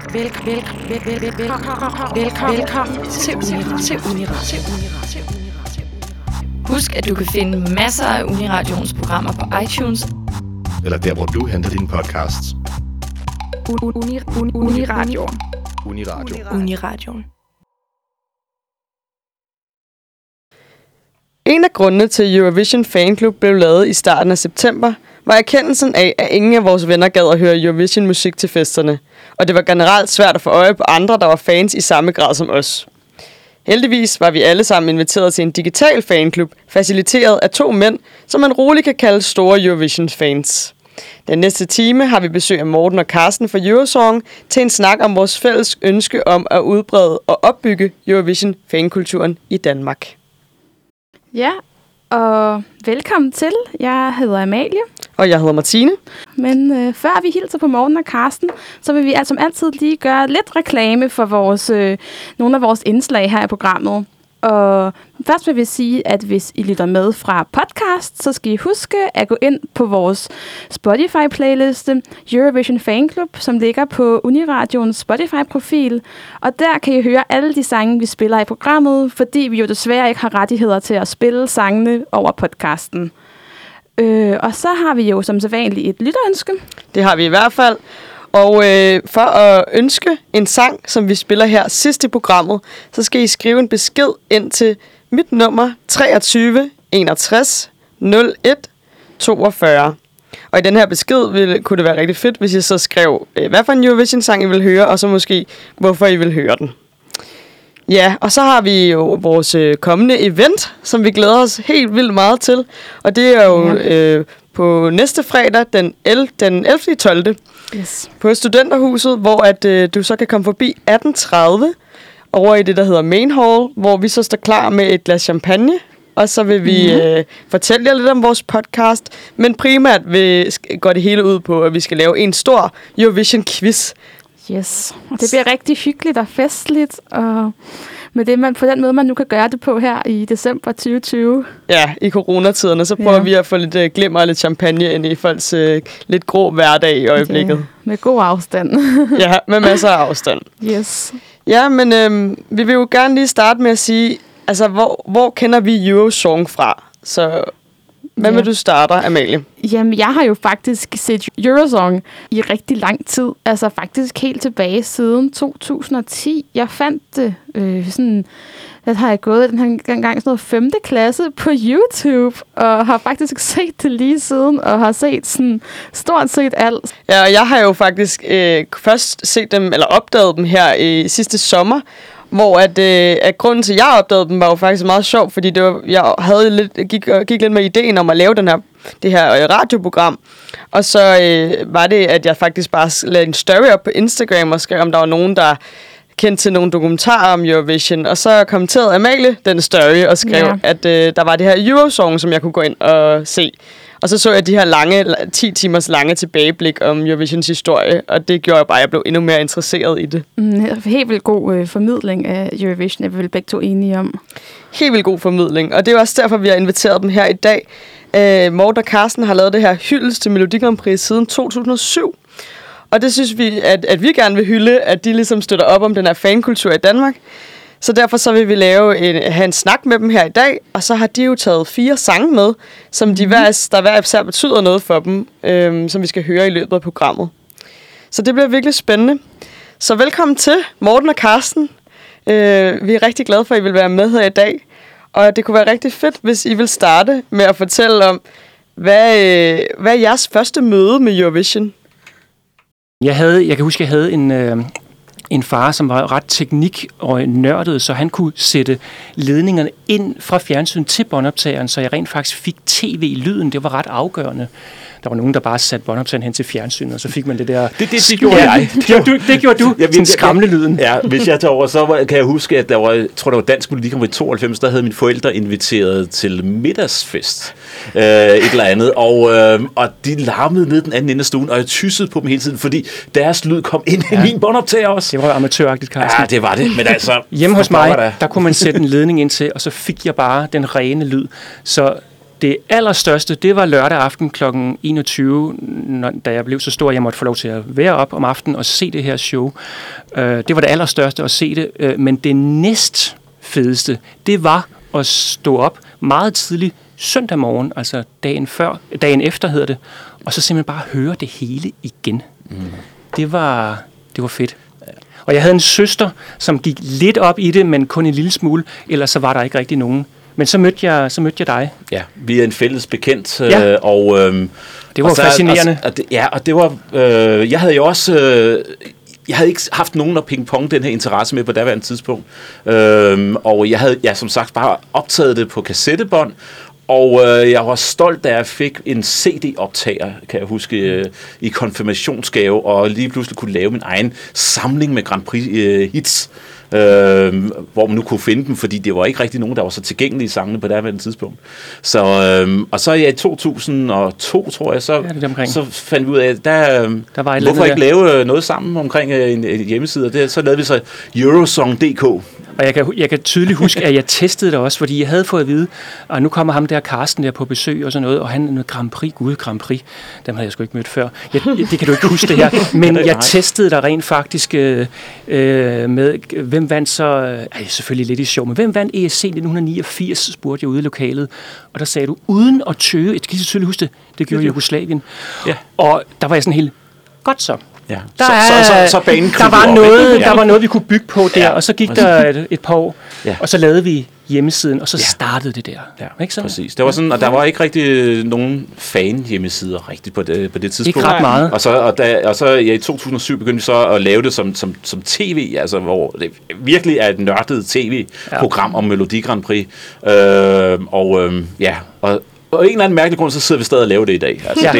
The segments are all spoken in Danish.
Velkommen til Uniradio. Husk, at du kan finde masser af Uniradioens programmer på iTunes. Eller der, hvor du henter dine podcasts. Uniradio. En af grundene til Eurovision Fanclub blev lavet i starten af september, var erkendelsen af, at ingen af vores venner gad at høre Eurovision-musik til festerne, og det var generelt svært at få øje på andre, der var fans i samme grad som os. Heldigvis var vi alle sammen inviteret til en digital fanklub, faciliteret af 2 mænd, som man roligt kan kalde store Eurovision-fans. Den næste time har vi besøg af Morten og Carsten fra Eurosong til en snak om vores fælles ønske om at udbrede og opbygge Eurovision-fankulturen i Danmark. Ja, og velkommen til. Jeg hedder Amalie. Og jeg hedder Martine. Men før vi hilser på Morten og Carsten, så vil vi som altid lige gøre lidt reklame for nogle af vores indslag her i programmet. Og først vil vi sige, at hvis I lytter med fra podcast, så skal I huske at gå ind på vores Spotify-playliste, Eurovision Fanclub, som ligger på Uniradioens Spotify-profil. Og der kan I høre alle de sange, vi spiller i programmet, fordi vi jo desværre ikke har rettigheder til at spille sangene over podcasten. Og så har vi jo som sædvanligt et lytterønske. Det har vi i hvert fald. Og for at ønske en sang, som vi spiller her sidst i programmet, så skal I skrive en besked ind til mit nummer 23 61 01 42. Og i den her besked kunne det være rigtig fedt, hvis I så skrev, hvad for en Eurovision-sang I vil høre, og så måske, hvorfor I vil høre den. Ja, og så har vi jo vores kommende event, som vi glæder os helt vildt meget til. Og det er jo på næste fredag, den 11.12. Yes. På Studenterhuset, hvor at du så kan komme forbi 18.30 over i det, der hedder Main Hall, hvor vi så står klar med et glas champagne. Og så vil vi fortælle jer lidt om vores podcast. Men primært går det hele ud på, at vi skal lave en stor Eurovision-quiz. Yes, og det bliver rigtig hyggeligt og festligt, og med det, på den måde, man nu kan gøre det på her i december 2020. Ja, i coronatiderne, så prøver vi at få lidt glimmer og lidt champagne ind i folks lidt grå hverdag i øjeblikket. Ja, med god afstand. Ja, med masser af afstand. Yes. Ja, men vi vil jo gerne lige starte med at sige, altså, hvor kender vi Eurosong fra? Så hvad med du starter, Amalie? Jamen, jeg har jo faktisk set Eurosong i rigtig lang tid. Altså faktisk helt tilbage siden 2010. Jeg fandt det der har jeg gået den her gang sådan noget 5. klasse på YouTube, og har faktisk set det lige siden, og har set sådan stort set alt. Ja, og jeg har jo faktisk først set dem, eller opdaget dem her i sidste sommer, hvor at grunden til, at jeg opdagede dem, var jo faktisk meget sjov, fordi jeg havde gik lidt med ideen om at lave det her radioprogram. Og så var det, at jeg faktisk bare lagde en story op på Instagram og skrev, om der var nogen, der kendte til nogle dokumentarer om Eurovision. Og så kommenterede Amalie den story og skrev, at der var det her Eurosong, som jeg kunne gå ind og se. Og så jeg de her 10 timers lange tilbageblik om Eurovisions historie, og det gjorde bare, at jeg blev endnu mere interesseret i det. Helt vildt god formidling af Eurovision, er vi vel begge to enige om. Helt vildt god formidling, og det er også derfor, vi har inviteret dem her i dag. Morten og Carsten har lavet det her hyldest til Melodi Grand Prix siden 2007. Og det synes vi, at vi gerne vil hylde, at de ligesom støtter op om den her fankultur i Danmark. Så derfor så vil vi have en snak med dem her i dag, og så har de jo taget 4 sange med, som der hver især betyder noget for dem, som vi skal høre i løbet af programmet. Så det bliver virkelig spændende. Så velkommen til, Morten og Carsten. Vi er rigtig glade for, at I vil være med her i dag. Og det kunne være rigtig fedt, hvis I vil starte med at fortælle om, hvad er jeres første møde med Eurovision? Jeg kan huske, at jeg havde en far, som var ret teknik- og nørdet, så han kunne sætte ledningerne ind fra fjernsynet til båndoptageren, så jeg rent faktisk fik tv i lyden. Det var ret afgørende. Der var nogen, der bare satte båndoptageren hen til fjernsynet, og så fik man det der... Det gjorde jeg. Det gjorde du. Sådan skramlelyden. Ja, hvis jeg tager over, så kan jeg huske, at der var Dansk Melodi Grand Prix 92, der havde mine forældre inviteret til middagsfest. Et eller andet. Og de larmede ned den anden ende af stuen, og jeg tyssede på dem hele tiden, fordi deres lyd kom ind i min båndoptager også. Det var amatøragtigt, Carsten. Ja, det var det. Men altså... Hjemme hos mig, der kunne man sætte en ledning ind til, og så fik jeg bare den rene lyd. Så det allerstørste, det var lørdag aften kl. 21, da jeg blev så stor, at jeg måtte få lov til at være op om aftenen og se det her show. Det var det allerstørste at se det, men det næst fedeste, det var at stå op meget tidligt søndag morgen, altså dagen efter hedder det, og så simpelthen bare høre det hele igen. Det var fedt. Og jeg havde en søster, som gik lidt op i det, men kun en lille smule, ellers så var der ikke rigtig nogen. Men så mødte jeg dig. Ja, vi er en fælles bekendt, ja. Og det var fascinerende. Og det var, jeg havde jo også, jeg havde ikke haft nogen at pingpong den her interesse med på daværende tidspunkt, og jeg havde som sagt bare optaget det på kassettebånd, og jeg var stolt, da jeg fik en CD-optager, kan jeg huske, i konfirmationsgave, og lige pludselig kunne lave min egen samling med Grand Prix-hits, hvor man nu kunne finde dem, fordi det var ikke rigtig nogen, der var så tilgængelige sangene på det tidspunkt. Så, og så i 2002, tror jeg, så fandt vi ud af, at der var hvorfor ikke lave noget sammen omkring en hjemmeside, og så lavede vi så Eurosong.dk. Og jeg kan tydeligt huske, at jeg testede det også, fordi jeg havde fået at vide, at nu kommer ham der Carsten der på besøg og sådan noget, og han er noget Grand Prix, dem havde jeg sgu ikke mødt før. Det kan du ikke huske det her, men jeg testede der rent faktisk med, hvem vandt så, selvfølgelig lidt i sjov, men hvem vandt ESC 1989, spurgte jeg ude i lokalet, og der sagde du, uden at tøve, jeg kan lige så tydeligt huske det gjorde Jugoslavien, ja. Og der var jeg sådan helt, godt så. Ja. Så banen der var noget, vi kunne bygge på der, og så gik der et par år, og så lavede vi hjemmesiden, og så startede det der. Ja, ikke sådan? Præcis. Det var sådan, og der var ikke rigtig nogen fan-hjemmesider rigtigt på det tidspunkt. Ikke ret meget. Og så i 2007 begyndte vi så at lave det som tv, altså hvor det virkelig er et nørdet tv-program om Melodi Grand Prix. Og en eller anden mærkelig grund, så sidder vi stadig og laver det i dag. Altså,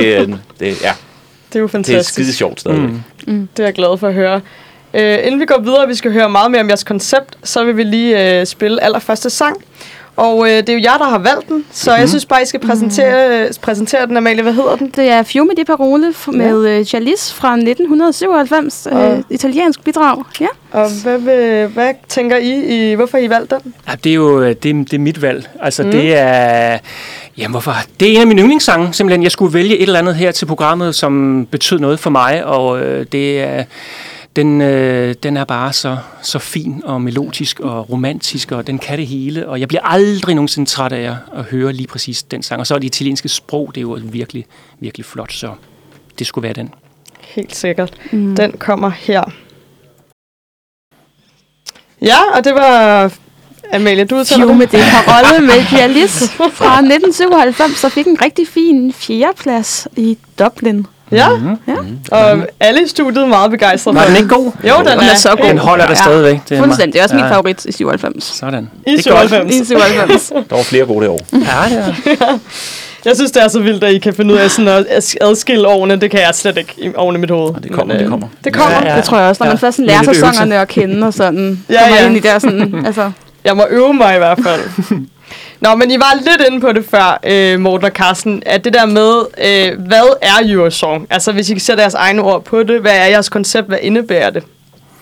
det er jo fantastisk. Det er skide sjovt stadigvæk. Det er jeg glad for at høre. Inden vi går videre, vi skal høre meget mere om jeres koncept, så vil vi lige spille allerførste sang. Og det er jo jer, der har valgt den, så jeg synes bare, I skal præsentere den, Amalie. Hvad hedder den? Det er Fiume di Parole med Chalice fra 1997. Italiensk bidrag. Ja. Og hvad tænker I, hvorfor I valgt den? Ja, det er jo det er mit valg. Altså det er... Jamen hvorfor? Det er en af mine yndlingssange, simpelthen. Jeg skulle vælge et eller andet her til programmet, som betød noget for mig, og det er... Den er bare så fin og melodisk og romantisk, og den kan det hele, og jeg bliver aldrig nogensinde træt af at høre lige præcis den sang. Og så er det italienske sprog, det er jo virkelig, virkelig flot, så det skulle være den. Helt sikkert. Den kommer her. Ja, og det var... Amalie, du udtaler det. Fiume di Parole med Chalice fra 1997, så fik en rigtig fin 4. plads i Dublin. Ja, og alle i studiet er meget begejstrede. Var den ikke god? Jo, den er så god. Den holder der stadigvæk. Det er fuldstændig. Det er også min favorit i 97. Sådan. I 97. Der var flere gode derovre. Ja, det er. Jeg synes, det er så vildt, at I kan finde ud af sådan at adskille årene. Det kan jeg slet ikke oven i mit hoved. Det kommer. Det kommer. Ja. Det tror jeg også, når man først lærer sig sangerne at kende og sådan. Ind i der sådan, altså. Jeg må øve mig i hvert fald. Nå, men I var lidt inde på det før, Morten og Carsten, at det der med, hvad er Eurosong? Altså, hvis I kan sætte jeres egne ord på det, hvad er jeres koncept, hvad indebærer det?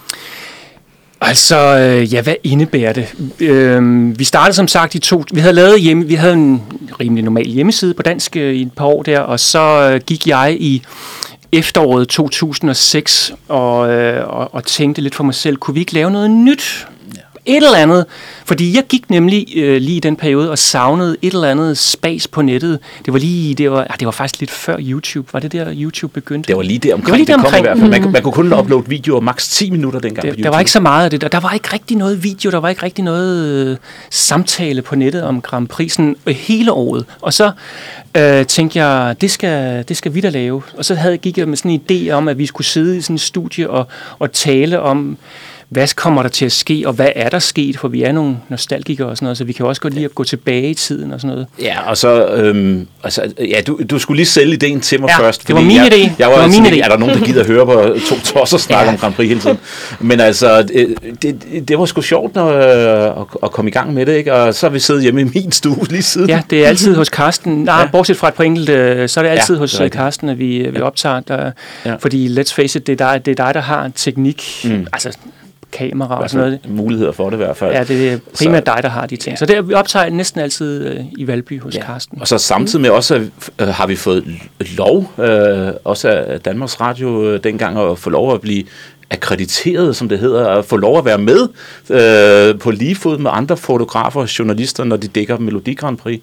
Altså, hvad indebærer det? Vi startede som sagt vi havde en rimelig normal hjemmeside på dansk i et par år der, og så gik jeg i efteråret 2006 og tænkte lidt for mig selv, kunne vi ikke lave noget nyt? Et eller andet. Fordi jeg gik nemlig lige i den periode og savnede et eller andet spas på nettet. Det var faktisk lidt før YouTube. Var det der, YouTube begyndte? Det var lige der omkring. Det kom i hvert fald. Man kunne kun uploade videoer maks 10 minutter dengang på YouTube. Der var ikke så meget af det. Der var ikke rigtig noget video. Der var ikke rigtig noget samtale på nettet om Grand Prix hele året. Og så tænkte jeg, det skal vi da lave. Og så gik jeg med sådan en idé om, at vi skulle sidde i sådan et studie og tale om, hvad kommer der til at ske, og hvad er der sket? For vi er nogle nostalgikere og sådan noget, så vi kan også godt lide at gå tilbage i tiden og sådan noget. Ja, og så, du skulle lige sælge ideen til mig først. Det var min idé. Jeg var min idé. Er der nogen, der gider at høre på to tosser snakke om Grand Prix hele tiden? Men altså, det var sgu sjovt at komme i gang med det, ikke? Og så har vi siddet hjemme i min stue lige siden. Ja, det er altid hos Carsten. Nej, bortset fra et par enkelte, så er det altid hos Carsten, at vi optager. Fordi let's face it, det er dig, der har teknik. Altså, kamera og sådan noget. Muligheder for det i hvert fald. Ja, det er primært dig, der har de ting. Så det vi optager næsten altid i Valby hos Carsten. Og så samtidig med også har vi fået lov, også af Danmarks Radio dengang, at få lov at blive akkrediteret, som det hedder, at få lov at være med på lige fod med andre fotografer og journalister, når de dækker Melodi Grand Prix.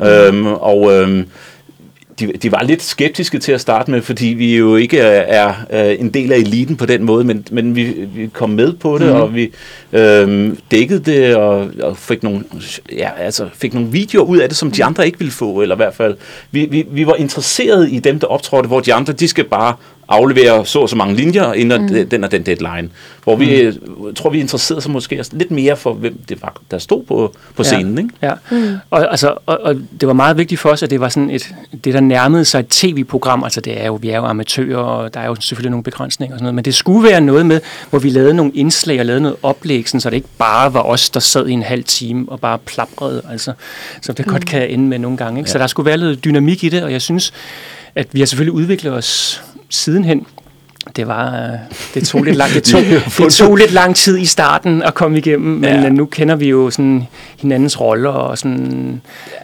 De var lidt skeptiske til at starte med, fordi vi jo ikke er en del af eliten på den måde, men vi kom med på det, og vi dækkede det, og fik nogle videoer ud af det, som de andre ikke ville få, eller i hvert fald. Vi var interesserede i dem, der optrådte, hvor de andre, de skal bare aflevere så mange linjer inden den og den deadline. Hvor vi tror, vi interesserede sig måske lidt mere for, hvem det var, der stod på scenen. Ikke? Ja. Og det var meget vigtigt for os, at det var sådan det, der nærmede sig et tv-program. Altså vi er jo amatører, og der er jo selvfølgelig nogle begrænsninger og sådan noget, men det skulle være noget med, hvor vi lavede nogle indslag og lavede noget oplæg, så det ikke bare var os, der sad i en halv time og bare plaprede, altså, som det godt kan ende med nogle gange. Ikke? Så der skulle være lidt dynamik i det, og jeg synes, at vi har selvfølgelig udviklet os sidenhen. Det tog lidt lang tid i starten at komme igennem, men nu kender vi jo sådan hinandens roller og sådan,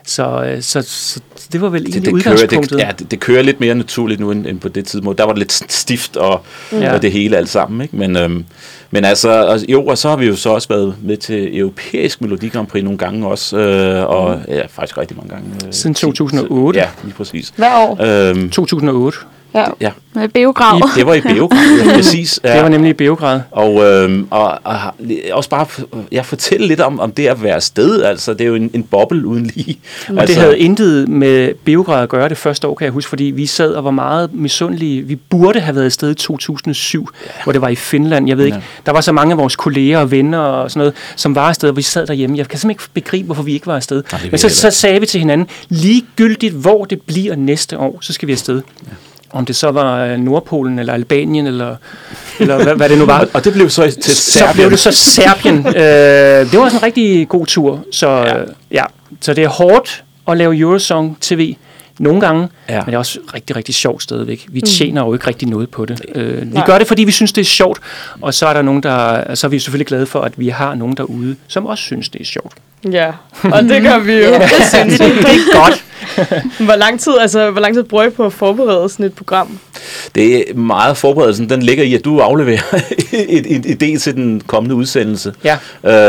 så det var vel egentlig udgangspunktet. Det kører lidt mere naturligt nu end på det tidspunkt. Der var det lidt stift og det hele alt sammen, ikke? Men altså, og så har vi jo så også været med til europæisk Melodi Grand Prix nogle gange også, og faktisk rigtig mange gange. Siden 2008? Ja, lige præcis. Hver år? 2008. Ja. Med Beograd. Det var i Beograd, præcis. Ja. Det var nemlig i Beograd. Og også bare fortælle lidt om det at være afsted. Altså, det er jo en boble uden lige. Og det havde intet med Beograd at gøre det første år, kan jeg huske, fordi vi sad og var meget misundelige. Vi burde have været afsted i 2007, hvor det var i Finland. Jeg ved ikke, der var så mange af vores kolleger og venner og sådan noget, som var afsted, og vi sad derhjemme. Jeg kan simpelthen ikke begribe, hvorfor vi ikke var afsed. Men så sagde vi til hinanden, ligegyldigt hvor det bliver næste år, så skal vi afsted. Ja. Om det så var Nordpolen eller Albanien eller hvad det nu var. Og det blev så til Serbien. Så blev det så Serbien. Det var sådan en rigtig god tur. Så det er hårdt at lave Eurosong TV nogle gange, men det er også rigtig, rigtig sjovt stadigvæk. Vi tjener jo ikke rigtig noget på det. Vi gør det, fordi vi synes, det er sjovt, og så er der nogen, så er vi selvfølgelig glade for, at vi har nogen derude, som også synes, det er sjovt. Ja, og det gør vi jo. Det er godt. Hvor lang tid bruger I på at forberede sådan et program? Det er meget forberedelsen. Den ligger i, at du afleverer en idé til den kommende udsendelse. Ja.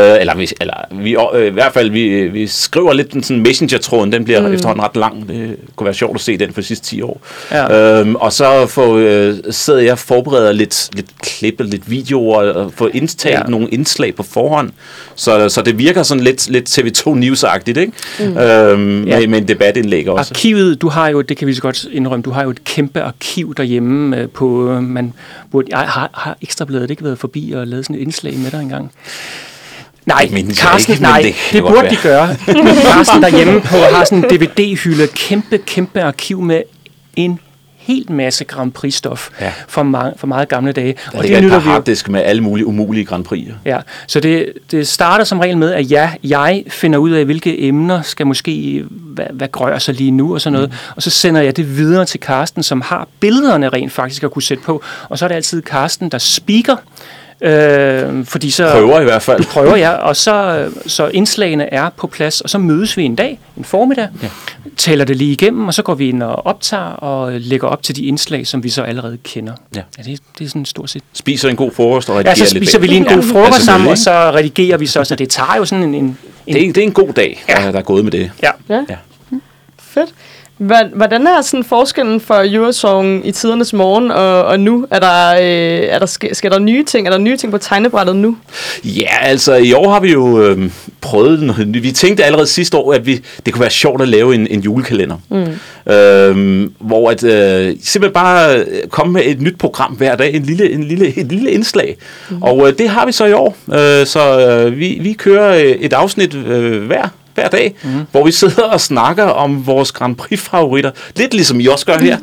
I hvert fald, vi skriver lidt den sådan messenger-tråden. Den bliver efterhånden ret lang. Det kunne være sjovt at se den for de sidste 10 år. Ja. Og så sidder jeg og forbereder lidt klip, lidt videoer, og får indtalt nogle indslag på forhånd. Så det virker sådan lidt TV2 News-agtigt, ikke? Med en debatindlæg også. Arkivet, du har jo, det kan vi så godt indrømme, du har jo et kæmpe arkiv derhjemme på, har Ekstrabladet ikke været forbi og lavet sådan et indslag med dig engang? Nej, Carsten, det burde de gøre. Carsten derhjemme har sådan en DVD-hylde, kæmpe arkiv med en helt masse Grand Prix-stof for meget gamle dage. Og det er et par harddisk med alle mulige umulige Grand Prix'er. Ja, så det starter som regel med, at jeg finder ud af, hvilke emner skal måske, hvad grør sig lige nu og sådan noget, og så sender jeg det videre til Carsten, som har billederne rent faktisk at kunne sætte på, og så er det altid Carsten, der speaker, fordi så prøver i hvert fald. Prøver jeg, og så indslagene er på plads, og så mødes vi en formiddag, taler det lige igennem, og så går vi ind og optager og lægger op til de indslag, som vi så allerede kender. Ja, det er sådan stort set. Spiser en god frokost og redigerer lidt. Ja, så spiser vi lige en god frokost sammen, og så redigerer vi så det tager jo sådan en det er en god dag, der er gået med det. Ja. Fedt. Hvordan er sådan forskellen for Eurosong i tidernes morgen og nu? Skal der nye ting? Er der nye ting på tegnebrættet nu? Ja, altså i år har vi jo prøvet noget nyt. Vi tænkte allerede sidste år, at det kunne være sjovt at lave en julekalender. Hvor at simpelthen bare komme med et nyt program hver dag, et lille indslag. Og det har vi så i år. Så vi kører et afsnit hver hver dag, hvor vi sidder og snakker om vores Grand Prix-favoritter. Lidt ligesom I også gør her.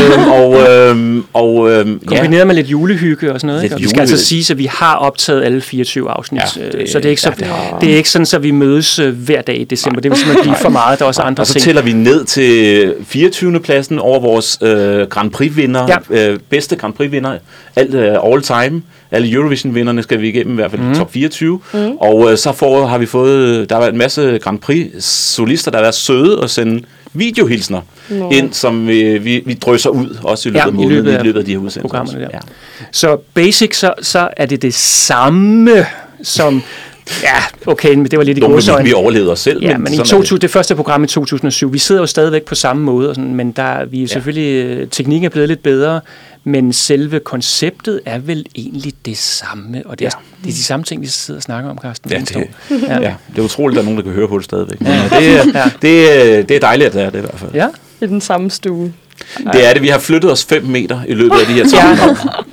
Kombineret med lidt julehygge og sådan noget. Ikke? Og vi skal altså sige, at vi har optaget alle 24 afsnit. Så det er ikke det er ikke sådan, at vi mødes hver dag i december. Det vil simpelthen blive for meget. Der er også andre ting. Og så tæller vi ned til 24. pladsen over vores Grand Prix-vinder. Bedste Grand Prix-vinder. All time. Alle Eurovision-vinderne skal vi igennem, i hvert fald top 24. Og så har vi fået, der har været en masse Grand Prix-solister, der har været søde og sende videohilsner ind, som vi drysser ud, også i løbet af måneden, i løbet af de her udsendelser. Ja. Så basic, så er det samme som... Ja, okay, men det var lidt i godsøjne. Vi overlevede os selv. Ja, men det første program i 2007, vi sidder jo stadigvæk på samme måde, og sådan, men vi er selvfølgelig, teknikken er blevet lidt bedre, men selve konceptet er vel egentlig det samme, og det er de samme ting, vi sidder og snakker om, Carsten. Det er utroligt, at der er nogen, der kan høre på det stadigvæk. Men det er dejligt, at det er det i hvert fald. Ja. I den samme stue. Det er det. Vi har flyttet os 5 meter i løbet af de her 3 år.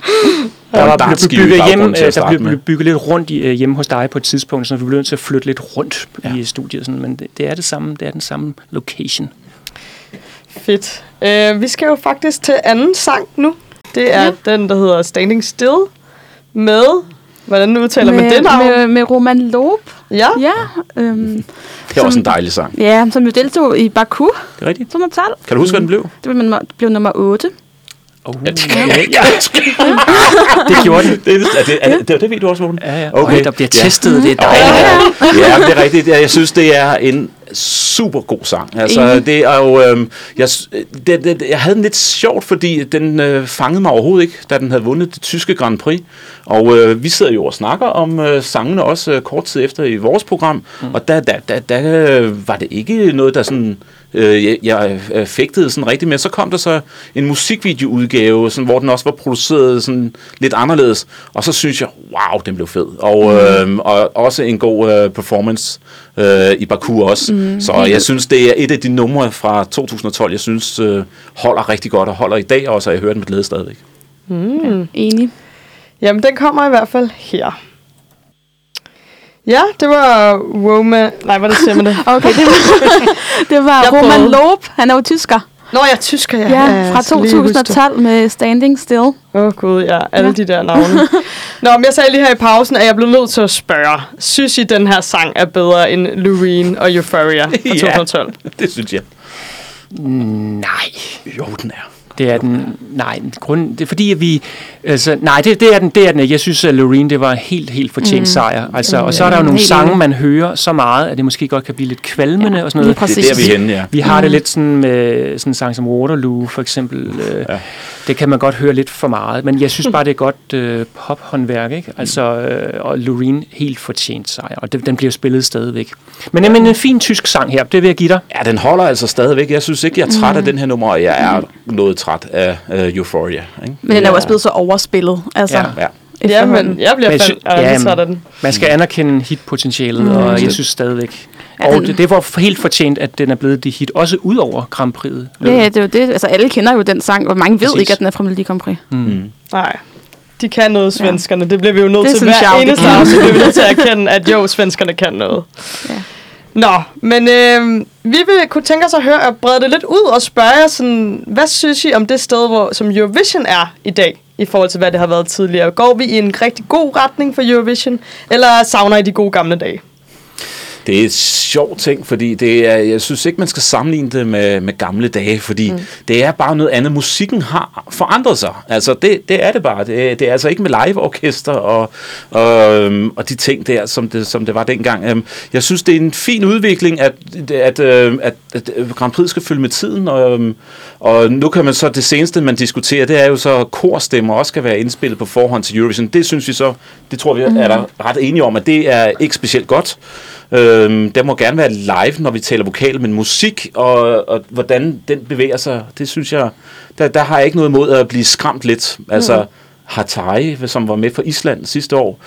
Der blev bygget lidt rundt hjemme hos dig på et tidspunkt, så vi blev nødt til at flytte lidt rundt i studiet, sådan, men det er det samme, det er den samme location. Fedt. Vi skal jo faktisk til anden sang nu. Det er den, der hedder Standing Still med... Hvordan udtaler man det navn? Med Roman Lob. Ja. Det er også en dejlig sang. Ja, som jo deltog i Baku. Det er rigtigt. 2012. Kan du huske, hvad den blev? Det blev nummer 8. Det gjorde den. Det ved du også, Morten. Ja. Okay. Der bliver testet, det er dejligt. Ja, det er rigtigt. Jeg synes, det er en super god sang. Altså, det er jo... jeg havde den lidt sjovt, fordi den fangede mig overhovedet ikke, da den havde vundet det tyske Grand Prix. Og vi sidder jo og snakker om sangene også kort tid efter i vores program. Og der var det ikke noget, der sådan... jeg fægtede sådan rigtig med. Så kom der så en musikvideoudgave, sådan, hvor den også var produceret sådan lidt anderledes. Og så synes jeg, wow, den blev fed. Og også en god performance i Baku også. Så jeg synes, det er et af de numre fra 2012, jeg synes holder rigtig godt og holder i dag også, og jeg hører den med glæde stadigvæk. Enig. Jamen, den kommer i hvert fald her. Ja, det var Roman... Nej, hvad siger man det? Okay, det var Roman Lob. Han er jo tysker. Nå, jeg er tysker, ja. Fra 2012 med Standing Still. Gud, ja. Alle de der navne. Nå, men jeg sagde lige her i pausen, at jeg blev nødt til at spørge. Synes I, den her sang er bedre end Loreen og Euphoria fra 2012? Det synes jeg. Nej. Jo, den er. Det er den. Nej, det er fordi at vi altså nej, det er den. Jeg synes at Loreen, det var helt fortjent sejr. Altså og så er der jo nogle sange man hører så meget at det måske godt kan blive lidt kvalmende og sådan noget. Det er der vi er henne, ja. Vi har det lidt sådan med sådan en sang som Waterloo for eksempel. Det kan man godt høre lidt for meget, men jeg synes bare det er godt pophåndværk, ikke? Altså og Loreen helt fortjent sejr, og den bliver spillet stadigvæk. Men en fin tysk sang her, det vil jeg give dig. Ja, den holder altså stadigvæk. Jeg synes ikke jeg er træt af den her nummer, og jeg er noget træt af Euphoria, ikke? Men den er jo også blevet så overspillet, altså. Ja, men jeg bliver træt af den. Man skal anerkende hitpotentialet, og jeg synes stadigvæk. Og det var helt fortjent, at den er blevet det hit, også ud over Grand Prix'et. Ja, det er jo det. Altså, alle kender jo den sang, og mange ved ikke, at den er fra Melodi Grand Prix. Nej. De kan noget, svenskerne. Det bliver vi jo nødt til. Hver eneste afsnit bliver vi nødt til at erkende, at jo, svenskerne kan noget. Ja. Nå, men vi vil kunne tænke os at høre og brede det lidt ud og spørge jer sådan, hvad synes I om det sted, som Eurovision er i dag, i forhold til, hvad det har været tidligere? Går vi i en rigtig god retning for Eurovision, eller savner I de gode gamle dage? Det er et sjovt ting, fordi jeg synes ikke, man skal sammenligne det med gamle dage, fordi det er bare noget andet. Musikken har forandret sig. Altså, det er det bare. Det er altså ikke med live-orkester og de ting der, som det var dengang. Jeg synes, det er en fin udvikling, at Grand Prix skal følge med tiden, og nu kan man så, det seneste, man diskuterer, det er jo så, korstemmer også skal være indspillet på forhånd til Eurovision. Det synes vi så, det tror vi er der ret enige om, at det er ikke specielt godt. Der må gerne være live, når vi taler vokal, men musik og hvordan den bevæger sig, det synes jeg, der har jeg ikke noget imod at blive skræmt lidt. Altså, Hatari, som var med for Island sidste år,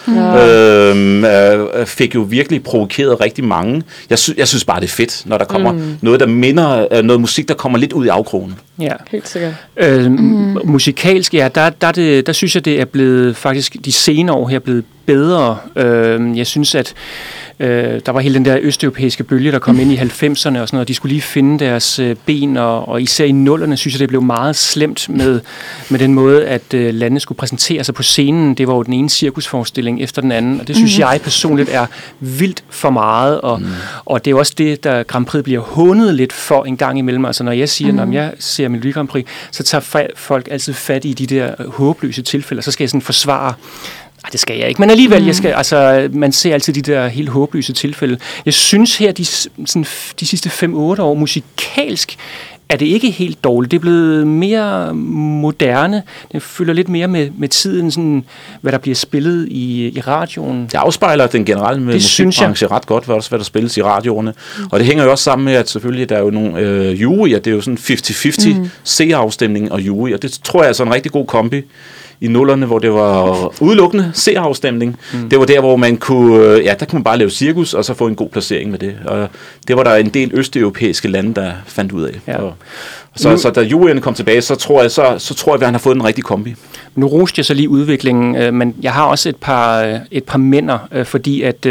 fik jo virkelig provokeret rigtig mange. Jeg synes bare, det er fedt, når der kommer noget, der minder, noget musik, der kommer lidt ud i afkrogen. Ja, helt sikkert. Musikalsk, ja, der synes jeg, det er blevet faktisk de senere år her blevet bedre. Jeg synes, at der var hele den der østeuropæiske bølge, der kom ind i 90'erne og sådan noget, og de skulle lige finde deres ben, og især i 0'erne synes jeg, det blev meget slemt med den måde, at landene skulle præsentere sig på scenen. Det var jo den ene cirkusforestilling efter den anden, og det synes jeg personligt er vildt for meget, og det er også det, der Grand Prix bliver hånet lidt for en gang imellem. Altså når jeg siger, når jeg ser Melodi Grand Prix, så tager folk altid fat i de der håbløse tilfælde, så skal jeg sådan forsvare. Nej, det skal jeg ikke, men alligevel, man ser altid de der helt håbløse tilfælde. Jeg synes her, de sidste 5-8 år, musikalsk, er det ikke helt dårligt. Det er blevet mere moderne. Det følger lidt mere med tiden, sådan, hvad der bliver spillet i radioen. Det afspejler den generelle musikbranche ret godt, hvad der spilles i radioerne. Og det hænger jo også sammen med, at selvfølgelig der er jo nogle juryer. Det er jo sådan 50-50 seerafstemning og jury, og det tror jeg er sådan en rigtig god kombi. I 0'erne, hvor det var udelukkende seerafstemning. Det var der, hvor man kunne, der kunne man bare lave cirkus, og så få en god placering med det. Og det var der en del østeuropæiske lande, der fandt ud af. Ja. Så da juryerne kom tilbage, så tror jeg, at han har fået en rigtig kombi. Nu roste jeg så lige udviklingen, men jeg har også et par mænder, fordi at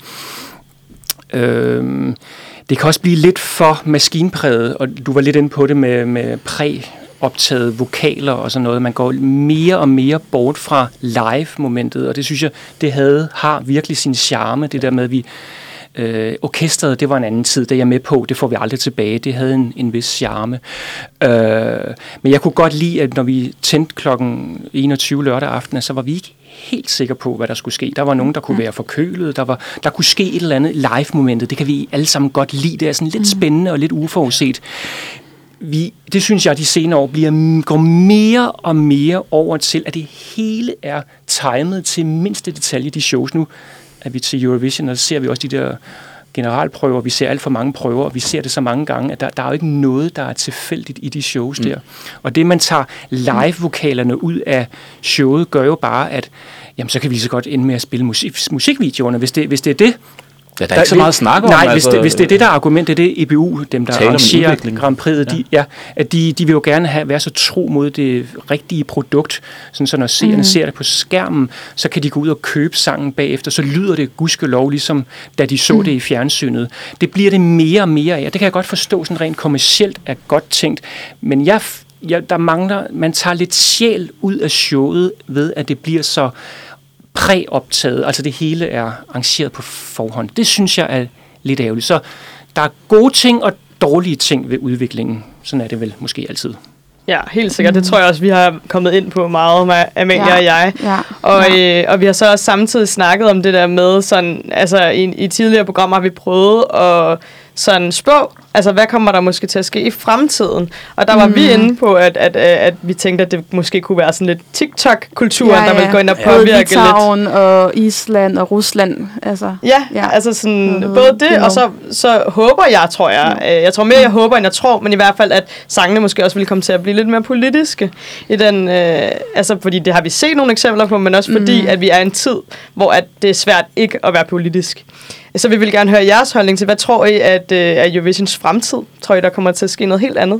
det kan også blive lidt for maskinpræget, og du var lidt inde på det med optaget vokaler og sådan noget. Man går mere og mere bort fra live-momentet, og det synes jeg, har virkelig sin charme, det der med, at vi orkestret, det var en anden tid, det er jeg med på, det får vi aldrig tilbage, det havde en vis charme. Men jeg kunne godt lide, at når vi tændte klokken 21 lørdag aften, så var vi ikke helt sikre på, hvad der skulle ske. Der var nogen, der kunne være forkølet, der kunne ske et eller andet live-momentet, det kan vi alle sammen godt lide, det er sådan lidt spændende og lidt uforudset. Det synes jeg, de senere år går mere og mere over til, at det hele er timet til mindste detalje, de shows. Nu er vi til Eurovision, og så ser vi også de der generalprøver. Vi ser alt for mange prøver, og vi ser det så mange gange, at der er jo ikke noget, der er tilfældigt i de shows der. Og det, man tager live-vokalerne ud af showet, gør jo bare, at jamen, så kan vi så godt ende med at spille musikvideoerne, hvis det er det. Ja, der er ikke så meget snak om. Nej, hvis det er det, der er argument, det er det EBU, dem der arrangerer Grand Prix'et, de vil jo gerne være så tro mod det rigtige produkt, sådan så når seerne ser det på skærmen, så kan de gå ud og købe sangen bagefter, så lyder det gudskelov, ligesom da de så det i fjernsynet. Det bliver det mere og mere af, det kan jeg godt forstå, sådan rent kommercielt er godt tænkt, men der mangler, man tager lidt sjæl ud af showet ved, at det bliver så præoptaget, altså det hele er arrangeret på forhånd. Det synes jeg er lidt ærgerligt. Så der er gode ting og dårlige ting ved udviklingen. Sådan er det vel måske altid. Ja, helt sikkert. Det tror jeg også, vi har kommet ind på meget med Amalie og jeg. Ja. Og vi har så også samtidig snakket om det der med, sådan, altså i tidligere programmer har vi prøvet at sådan spå, altså hvad kommer der måske til at ske i fremtiden? Og der var vi inde på, at vi tænkte, at det måske kunne være sådan lidt TikTok-kulturen, der vil gå ind og påvirke lidt. Litauen og Island og Rusland. Altså. Ja, altså sådan både det, og så håber jeg, tror jeg. Jeg tror mere, jeg håber, end jeg tror, men i hvert fald, at sangene måske også vil komme til at blive lidt mere politiske. I den, altså fordi det har vi set nogle eksempler på, men også fordi, at vi er i en tid, hvor at det er svært ikke at være politisk. Så vi vil gerne høre jeres holdning til, hvad tror I, at Eurovisions fremtid? Tror I, der kommer til at ske noget helt andet?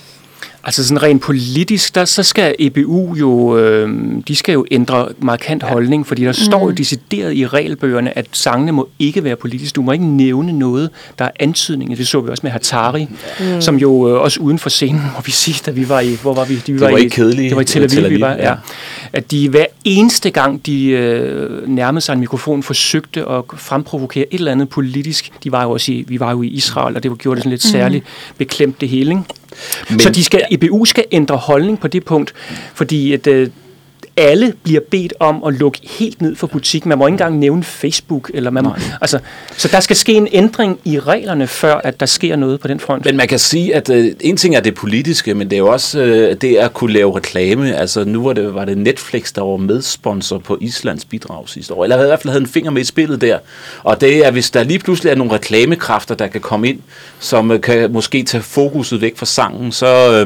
Altså sådan rent politisk, så skal EBU jo, de skal jo ændre markant holdning, fordi der står jo decideret i regelbøgerne, at sangene må ikke være politisk. Du må ikke nævne noget, der er antydninger. Det så vi også med Hatari, som jo også uden for scenen, må vi sige, da vi var i, hvor var vi? Det var ikke kedeligt. Det var i Tel Aviv, vi var, ja. At de hver eneste gang, de nærmede sig en mikrofon, forsøgte at fremprovokere et eller andet politisk. Vi var jo i Israel, og det gjorde det sådan lidt særligt beklemt det hele, ikke? Så EBU skal ændre holdning på det punkt, fordi at alle bliver bedt om at lukke helt ned for butikken. Man må ikke engang nævne Facebook. Så der skal ske en ændring i reglerne, før at der sker noget på den front. Men man kan sige, at en ting er det politiske, men det er jo også det at kunne lave reklame. Altså nu var det Netflix, der var medsponsor på Islands bidrag sidste år. Eller i hvert fald havde en finger med i spillet der. Og det er, hvis der lige pludselig er nogle reklamekræfter, der kan komme ind, som kan måske tage fokuset væk fra sangen, så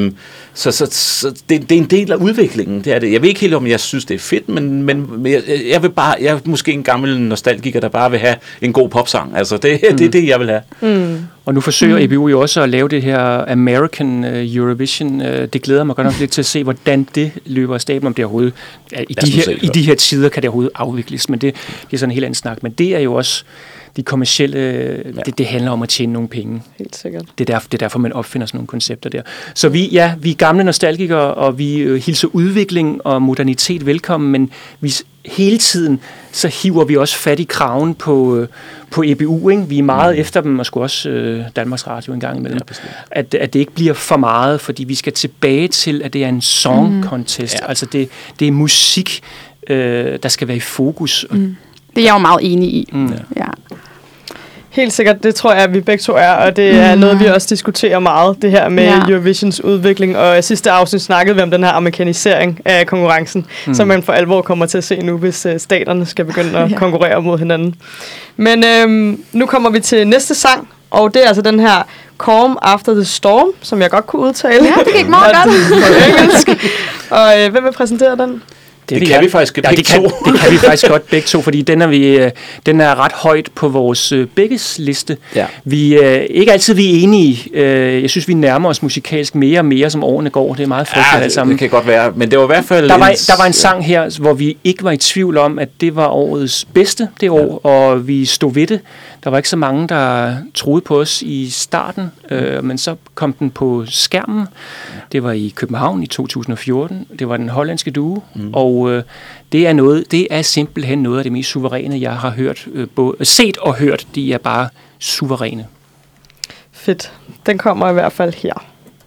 det er en del af udviklingen. Det er det. Jeg ved ikke helt, om jeg synes, det er fedt, men jeg er måske en gammel nostalgiker, der bare vil have en god popsang. Altså, det er det, jeg vil have. Og nu forsøger EBU jo også at lave det her American Eurovision. Det glæder mig godt nok lidt til at se, hvordan det løber af stablen, om det overhovedet i de her tider kan det overhovedet afvikles. Men det er sådan en helt anden snak. Men det er jo også de kommercielle, det handler om at tjene nogle penge. Helt sikkert. Det er derfor, man opfinder sådan nogle koncepter der. Så vi er gamle nostalgikere, og vi hilser udvikling og modernitet velkommen, men hele tiden så hiver vi også fat i kraven på EBU. Ikke? Vi er meget efter dem, og sgu også Danmarks Radio en gang imellem. Ja, at det ikke bliver for meget, fordi vi skal tilbage til, at det er en song contest. Ja. Altså det er musik, der skal være i fokus. Det er jeg jo meget enig i. Ja. Helt sikkert, det tror jeg, at vi begge to er, og det er noget, vi også diskuterer meget, det her med Eurovisions udvikling, og i sidste afsnit snakkede vi om den her amerikanisering af konkurrencen, som man for alvor kommer til at se nu, hvis staterne skal begynde at konkurrere mod hinanden. Men nu kommer vi til næste sang, og det er altså den her Calm After the Storm, som jeg godt kunne udtale. Ja, det gik meget godt. På engelsk. Og hvem vil præsentere den? Det kan vi faktisk begge to. Det kan vi faktisk godt begge to, fordi den er ret højt på vores begges liste. Ja. Vi ikke altid vi er enige. Jeg synes, vi nærmer os musikalsk mere og mere, som årene går. Det er meget frygteligt alt sammen. Det kan godt være, men det var i hvert fald... Der var en sang her, hvor vi ikke var i tvivl om, at det var årets bedste det år, og vi stod ved det. Der var ikke så mange, der troede på os i starten, men så kom den på skærmen. Det var i København i 2014. Det var den hollandske duo, og det er simpelthen noget af det mest suveræne, jeg har hørt, både set og hørt. De er bare suveræne. Fedt. Den kommer i hvert fald her.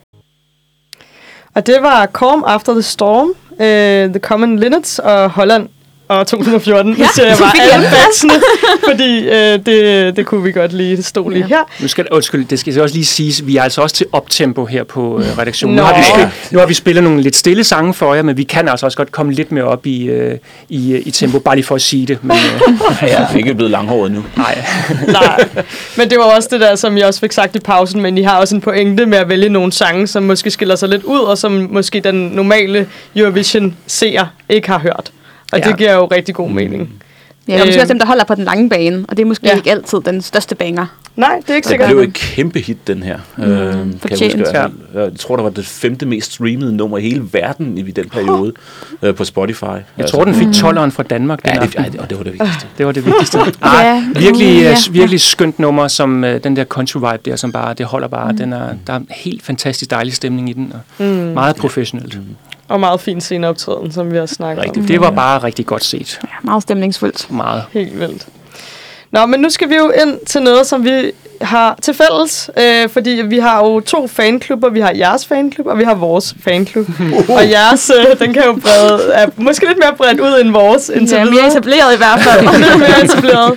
Og det var Calm After the Storm, The Common Linnets og Holland og 2014. Ja, det var alle fatsene, fordi det kunne vi godt lide. Det stod lige her. Det skal også lige siges, vi er altså også til optempo her på redaktionen. Nu har vi spillet nogle lidt stille sange for jer, men vi kan altså også godt komme lidt mere op i tempo, bare lige for at sige det. Men, jeg er ikke blevet langhåret nu. Nej. Men det var også det der, som jeg også fik sagt i pausen, men I har også en pointe med at vælge nogle sange, som måske skiller sig lidt ud, og som måske den normale Eurovision-seer ikke har hørt. Og det giver jo rigtig god mening. Ja, og måske også dem, der holder på den lange bane, og det er måske ikke altid den største banger. Nej, det er ikke sikkert. Det blev et kæmpe hit, den her. Jeg tror, der var det 5. mest streamede nummer i hele verden i den periode på Spotify. Jeg tror, den fik 12'eren fra Danmark. Og det var det vigtigste. Det var det vigtigste. Virkelig skønt nummer, som den der country vibe der, som bare, det holder bare. Der er en helt fantastisk dejlig stemning i den, og meget professionelt. Og meget fin sceneoptræden, som vi har snakket om. Det var bare rigtig godt set. Ja, meget stemningsfuldt. Meget. Helt vildt. Nå, men nu skal vi jo ind til noget, som vi har til fælles. Fordi vi har jo 2 fanklubber. Vi har jeres fanklub, og vi har vores fanklub. Og jeres, den kan jo er måske lidt mere bredt ud end vores. Ja, mere etableret i hvert fald. Lidt mere etableret.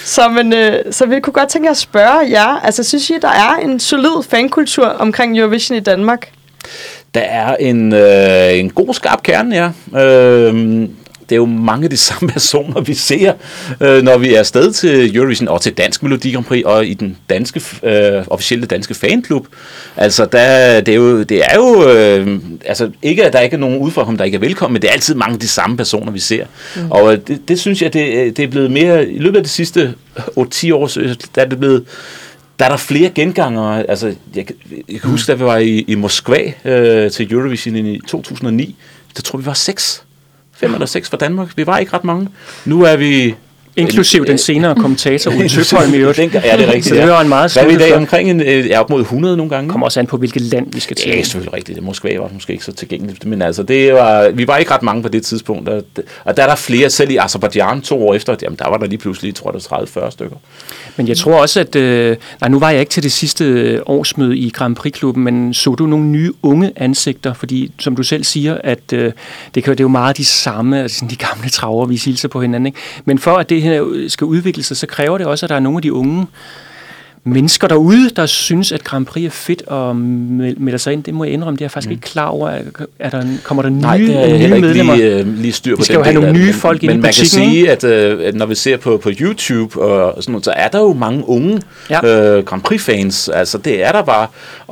Så vi kunne godt tænke at spørge jer. Altså, synes I, der er en solid fankultur omkring Eurovision i Danmark? Der er en god skarp kerne, ja. Det er jo mange af de samme personer, vi ser, når vi er afsted til Eurovision og til Dansk Melodi Grand Prix og i den danske officielle danske fanklub. Altså, det er jo altså ikke, at der ikke er nogen udefra ham, der ikke er velkommen, men det er altid mange af de samme personer, vi ser. Og det synes jeg, det er blevet mere, i løbet af de sidste 8-10 år, der er der flere gengangere. Altså, jeg kan huske, da vi var i Moskva til Eurovision i 2009, der tror vi var 5 eller 6 fra Danmark. Vi var ikke ret mange. Nu er vi... Inklusiv den senere kommentator Ulle Tøfholm i øvrigt. Ja, det er rigtigt. Så det var en meget hvad er vi i dag omkring? Op mod 100 nogle gange. Kommer også an på, hvilket land vi skal til. Det er selvfølgelig rigtigt. Moskva var måske ikke så tilgængeligt. Men altså, vi var ikke ret mange på det tidspunkt. Og der er der flere, selv i Aserbajdsjan 2 år efter, jamen der var der lige pludselig, tror jeg, 30-40 stykker. Men jeg tror også, at... nu var jeg ikke til det sidste årsmøde i Grand Prix-klubben, men så du nogle nye unge ansigter? Fordi, som du selv siger, at det er jo meget de samme, altså de gamle traver, vi hilser på hinanden. Ikke? Men for at det her skal udvikle sig, så kræver det også, at der er nogle af de unge mennesker derude, der synes, at Grand Prix er fedt og melder sig ind. Det må jeg indrømme, det er jeg faktisk ikke klar over. Kommer der nye medlemmer? Lige styr på vi skal jo have nogle nye folk ind i butikken. Men man kan sige, at når vi ser på YouTube og sådan noget, så er der jo mange unge Grand Prix-fans. Altså, det er der bare.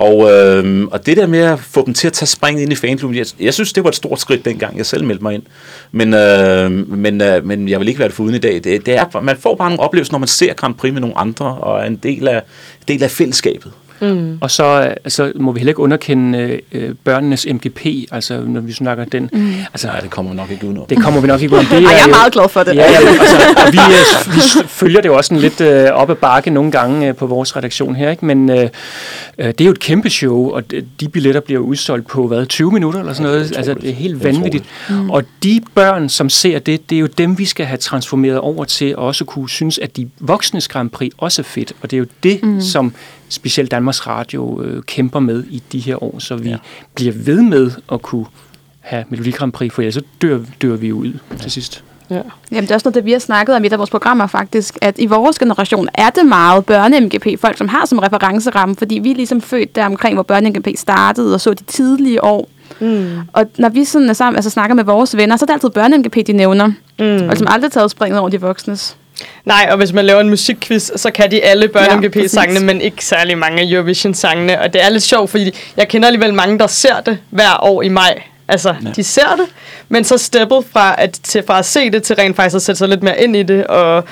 Og det der med at få dem til at tage springet ind i fanklubben, jeg synes, det var et stort skridt, dengang jeg selv meldte mig ind. Men jeg vil ikke være det foruden i dag. Man får bare nogle oplevelser, når man ser Grand Prix med nogle andre, og er en del af del af fællesskabet. Og så må vi heller ikke underkende børnenes MGP, altså når vi snakker den. Altså, Nej, det kommer vi nok ikke udenom. Det kommer vi nok ikke udenom. Jeg er meget glad for det. Ja, altså, og vi følger det jo også sådan lidt op ad bakke nogle gange på vores redaktion her, ikke? Men det er jo et kæmpe show, og de billetter bliver udsolgt på 20 minutter eller sådan noget. Altså, det er helt vanvittigt. Og de børn, som ser det, det er jo dem, vi skal have transformeret over til at også kunne synes, at de voksnes Grand Prix også er fedt. Og det er jo det, som specielt Danmarks Radio kæmper med i de her år, så vi bliver ved med at kunne have Melodi Grand Prix, for ellers så dør vi ud til sidst. Ja. Jamen, det er også noget, det vi har snakket om i et af vores programmer faktisk, at i vores generation er det meget børne-MGP, folk som har som referenceramme, fordi vi er ligesom født der omkring, hvor børne-MGP startede og så de tidlige år. Og når vi sådan er sammen, altså snakker med vores venner, så er det altid børne-MGP, de nævner. Og som aldrig taget springet over de voksnes. Nej, og hvis man laver en musikquiz, så kan de alle børne-MGP-sangene, men ikke særlig mange af Eurovision-sangene. Og det er lidt sjovt, fordi jeg kender alligevel mange, der ser det hver år i maj. Altså, de ser det, men så steppet fra at se det til rent faktisk at sætte sig lidt mere ind i det, og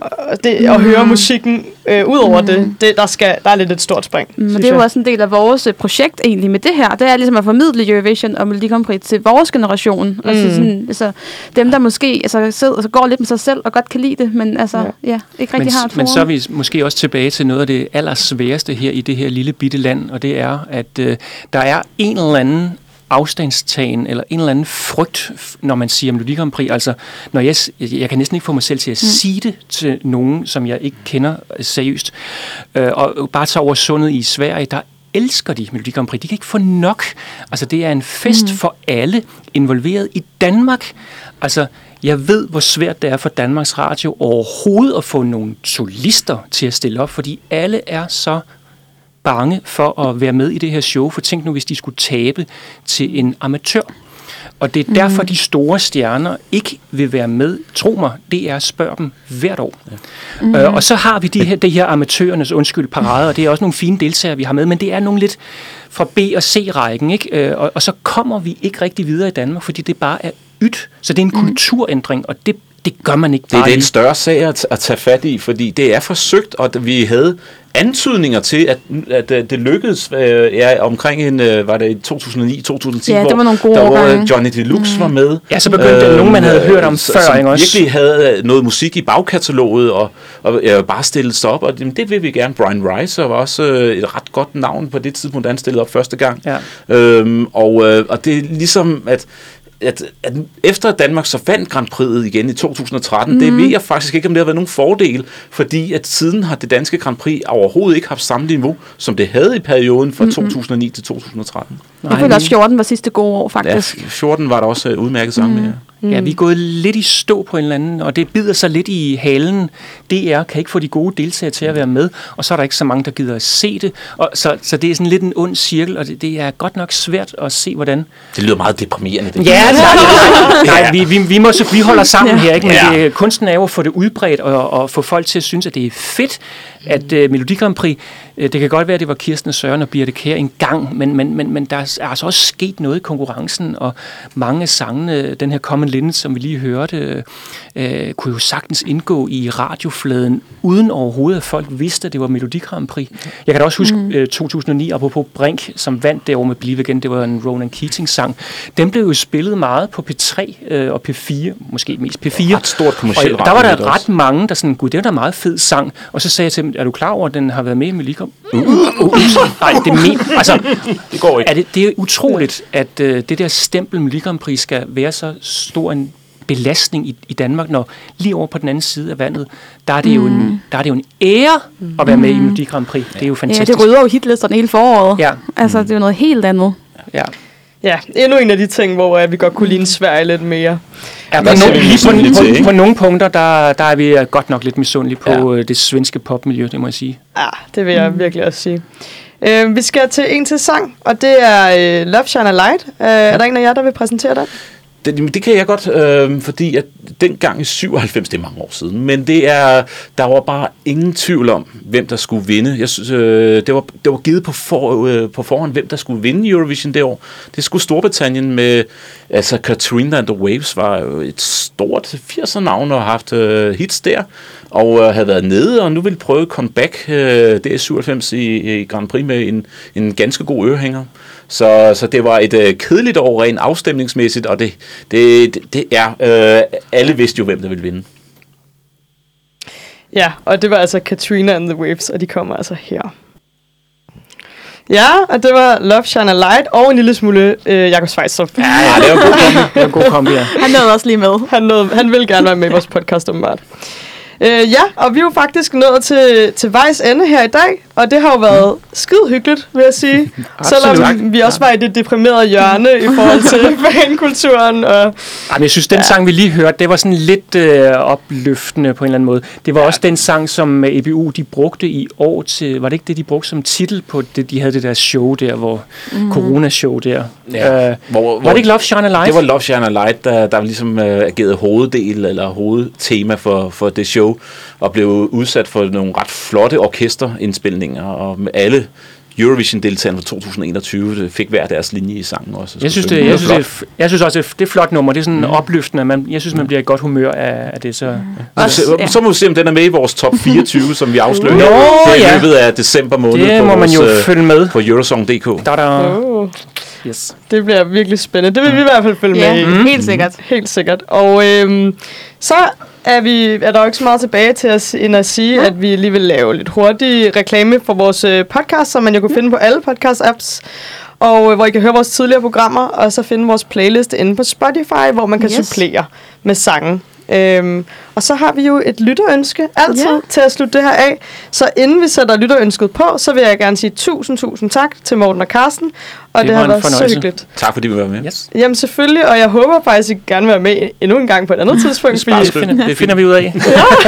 høre musikken ud over det. Der er lidt et stort spring. Men det er jo også en del af vores projekt egentlig med det her. Det er ligesom at formidle Eurovision og Melodi Grand Prix til vores generation. Og så dem, der måske går lidt med sig selv og godt kan lide det, men ikke rigtig har et forum. Men så er vi måske også tilbage til noget af det allersværeste her i det her lille bitte land, og det er, at der er en eller anden afstandstagen eller en eller anden frygt, når man siger Melodi Grand Prix. Altså, når jeg kan næsten ikke få mig selv til at sige det til nogen, som jeg ikke kender seriøst. Og bare tage over sundet i Sverige, der elsker de Melodi Grand Prix. De kan ikke få nok. Altså, det er en fest for alle involveret i Danmark. Altså, jeg ved, hvor svært det er for Danmarks Radio overhovedet at få nogle solister til at stille op, fordi alle er så bange for at være med i det her show, for tænk nu, hvis de skulle tabe til en amatør. Og det er derfor, de store stjerner ikke vil være med. Tro mig, DR spørger dem hvert år. Og så har vi det her amatørernes parader, og det er også nogle fine deltagere, vi har med, men det er nogle lidt fra B- og C-rækken, ikke? Og så kommer vi ikke rigtig videre i Danmark, fordi det bare er ydt. Så det er en kulturændring, og det gør man ikke bare. Det er en større sag at tage fat i, fordi det er forsøgt, og vi havde antydninger til, at det lykkedes omkring var det i 2009-2010, ja, det var nogle gode hvor Johnny Deluxe var med. Ja, så begyndte nogen, man havde hørt om før, som virkelig havde noget musik i bagkataloget, og bare stillet sig op, og det vil vi gerne. Brian Rice var også et ret godt navn på det tidspunkt, han stillede op første gang. Ja. Og det er ligesom, at efter Danmark så vandt Grand Prix'et igen i 2013, det ved jeg faktisk ikke, om det har været nogen fordel, fordi at siden har det danske Grand Prix overhovedet ikke haft samme niveau, som det havde i perioden fra 2009 til 2013. Jeg føler også 14 var sidste gode år, faktisk. Ja, 14 var der også udmærket sang med. Ja, vi er gået lidt i stå på en eller anden, og det bider sig lidt i halen. DR kan ikke få de gode deltagere til at være med, og så er der ikke så mange, der gider at se det. Og så det er sådan lidt en ond cirkel, og det er godt nok svært at se, hvordan. Det lyder meget deprimerende. Det. Ja, vi holder sammen her, ikke? Men kunsten er jo at få det udbredt og få folk til at synes, at det er fedt, at Melodi Grand Prix, det kan godt være, at det var Kirsten Søren og Birthe Kjær en gang, men der er altså også sket noget i konkurrencen, og mange af sangene, den her Common Lind, som vi lige hørte, kunne jo sagtens indgå i radiofladen, uden overhovedet, at folk vidste, at det var Melodi Grand Prix. Jeg kan da også huske 2009, apropos Brink, som vandt det år med Bliv Igen, det var en Ronan Keating-sang. Den blev jo spillet meget på P3 og P4, måske mest P4. Ret stort kommercielt. Og der var der ret mange, der sådan, gud, det var da meget fed sang. Og så sagde jeg til dem, er du klar over, at den har været med i Melodi Grand Prix? Nej, det går ikke. Det er utroligt, at det der stempel Melodi Grand Prix skal være så stor en belastning i Danmark, når lige over på den anden side af vandet, der er det jo en ære at være med i Melodi Grand Prix. Det er jo fantastisk. Ja, det rydder jo hitlisterne hele foråret. Ja. Altså, det er jo noget helt andet. Ja. Ja, endnu en af de ting, hvor vi godt kunne ligne Sverige lidt mere. Ja, på nogle punkter, der er vi godt nok lidt misundelige på det svenske popmiljø, det må jeg sige. Ja, det vil jeg virkelig også sige. Vi skal til en til sang, og det er Love Shine a Light. Er der en af jer, der vil præsentere den? Det kan jeg godt, fordi at dengang i 97, det er mange år siden, men der var bare ingen tvivl om, hvem der skulle vinde. Jeg synes, det var givet på forhånd, hvem der skulle vinde Eurovision det år. Det skulle Storbritannien med, altså Katrina and the Waves var jo et stort 80'er-navn og har haft hits der, og havde været nede, og nu vil prøve comeback der i 97 i Grand Prix med en ganske god ørehænger. Så det var et kedeligt år rent afstemningsmæssigt, og det er alle vidste jo, hvem der ville vinde. Ja, og det var altså Katrina and the Waves, og de kommer altså her. Ja, og det var Love Shine a Light og en lille smule Jakob Svejstrup. Ja, det var en god kombi. Det er en god kombi, ja. Han nåede også lige med. Han vil gerne være med i vores podcast, åbenbart. Ja, og vi er jo faktisk nået til vejs ende her i dag, og det har jo været skide hyggeligt, vil jeg sige. Selvom vi også var i det deprimerede hjørne i forhold til fankulturen. Og Jamen, jeg synes, den sang, vi lige hørte, det var sådan lidt opløftende på en eller anden måde. Det var også den sang, som EBU de brugte i år til... Var det ikke det, de brugte som titel på det? De havde det der show der, hvor... Corona-show der. Ja. Var det ikke Love Shine a Light? Det var Love Shine a Light, der ligesom agerede hoveddel eller hovedtema for det show, og blev udsat for nogle ret flotte orkesterindspilninger, og med alle Eurovision-deltagerne fra 2021 fik hver deres linje i sangen også. Jeg synes også, det er et flot nummer. Det er sådan opløftende. Jeg synes, man bliver i godt humør af det. Så så må vi se, om den er med i vores top 24, som vi afslører i løbet af december måned. Det må man jo følge med på Eurosong.dk. Yes. Det bliver virkelig spændende. Det vil vi i hvert fald følge med i. Helt sikkert. Helt sikkert. Og så er der jo ikke så meget tilbage til os, end at sige, at vi lige vil lave lidt hurtig reklame for vores podcast, som man jo kan finde på alle podcast-apps, og hvor I kan høre vores tidligere programmer, og så finde vores playlist inde på Spotify, hvor man kan supplere med sange. Og så har vi jo et lytterønske altid til at slutte det her af. Så inden vi sætter lytterønsket på, så vil jeg gerne sige tusind tak til Morten og Karsten. Og det har været så hyggeligt. Tak fordi vi var med. Yes. Jamen selvfølgelig, og jeg håber faktisk, at I gerne vil være med endnu en gang på et andet tidspunkt. Det finder vi ud af.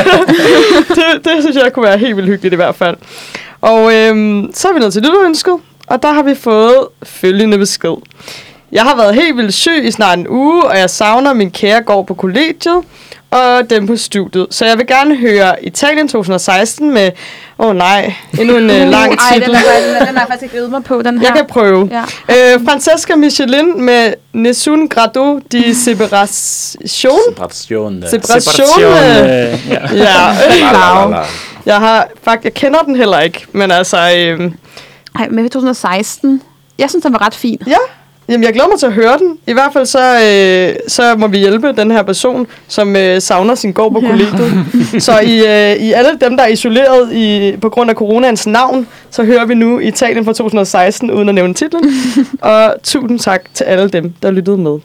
det synes jeg kunne være helt vildt hyggeligt i hvert fald. Og så er vi nået til lytterønsket, og der har vi fået følgende besked. Jeg har været helt vildt syg i snart en uge, og jeg savner min kære gård på kollegiet og dem på studiet. Så jeg vil gerne høre Italien 2016 med... endnu en lang titel. Den har jeg faktisk ikke øvet mig på, den her. Jeg kan prøve. Ja. Francesca Michelin med Nessun grado di separazione. Jeg kender den heller ikke, men altså... med 2016. Jeg synes, den var ret fin. Ja. Jamen, jeg glæder mig til at høre den. I hvert fald så må vi hjælpe den her person, som savner sin gård på kollegiet. Så i alle dem, der er isoleret på grund af coronaens navn, så hører vi nu Italien fra 2016, uden at nævne titlen. Og tusind tak til alle dem, der lyttede med.